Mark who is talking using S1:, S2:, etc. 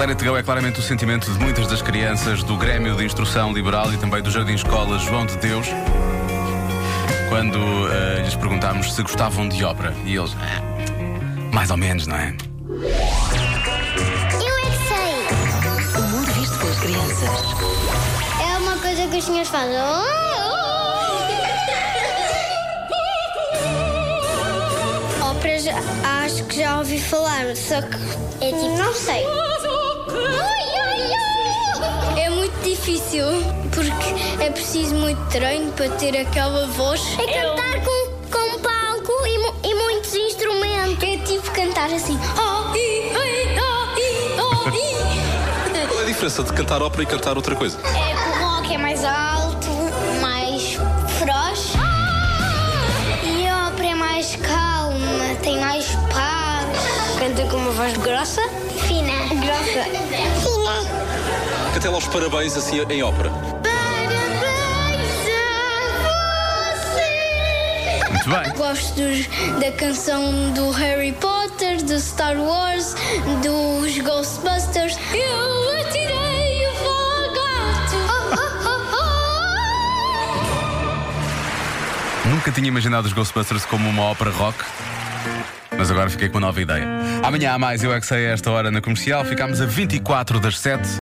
S1: Let It Go é claramente o sentimento de muitas das crianças do Grêmio de Instrução Liberal e também do Jardim Escola João de Deus, quando lhes perguntámos se gostavam de ópera. E eles, mais ou menos, não é?
S2: Eu é que sei.
S3: O mundo visto pelas crianças.
S2: É uma coisa que os senhores fazem. Óperas, acho que já ouvi falar, só que é tipo, não sei. É muito difícil, porque é preciso muito treino para ter aquela voz. É cantar com palco e muitos instrumentos. É tipo cantar assim.
S4: Qual é a diferença de cantar ópera e cantar outra coisa?
S2: É que o rock é mais alto, mais feroz. E a ópera é mais calma, tem mais paz. Canta com uma voz grossa. Fina. Grossa. Fina.
S4: Cantei lá os parabéns assim em ópera.
S2: Parabéns a você.
S1: Muito bem.
S2: Gosto da canção do Harry Potter, do Star Wars, dos Ghostbusters. Eu atirei o fogato.
S1: Nunca tinha imaginado os Ghostbusters como uma ópera rock, mas agora fiquei com uma nova ideia. Amanhã há mais Eu é que sei a esta hora na Comercial. Ficámos a 24 das 7.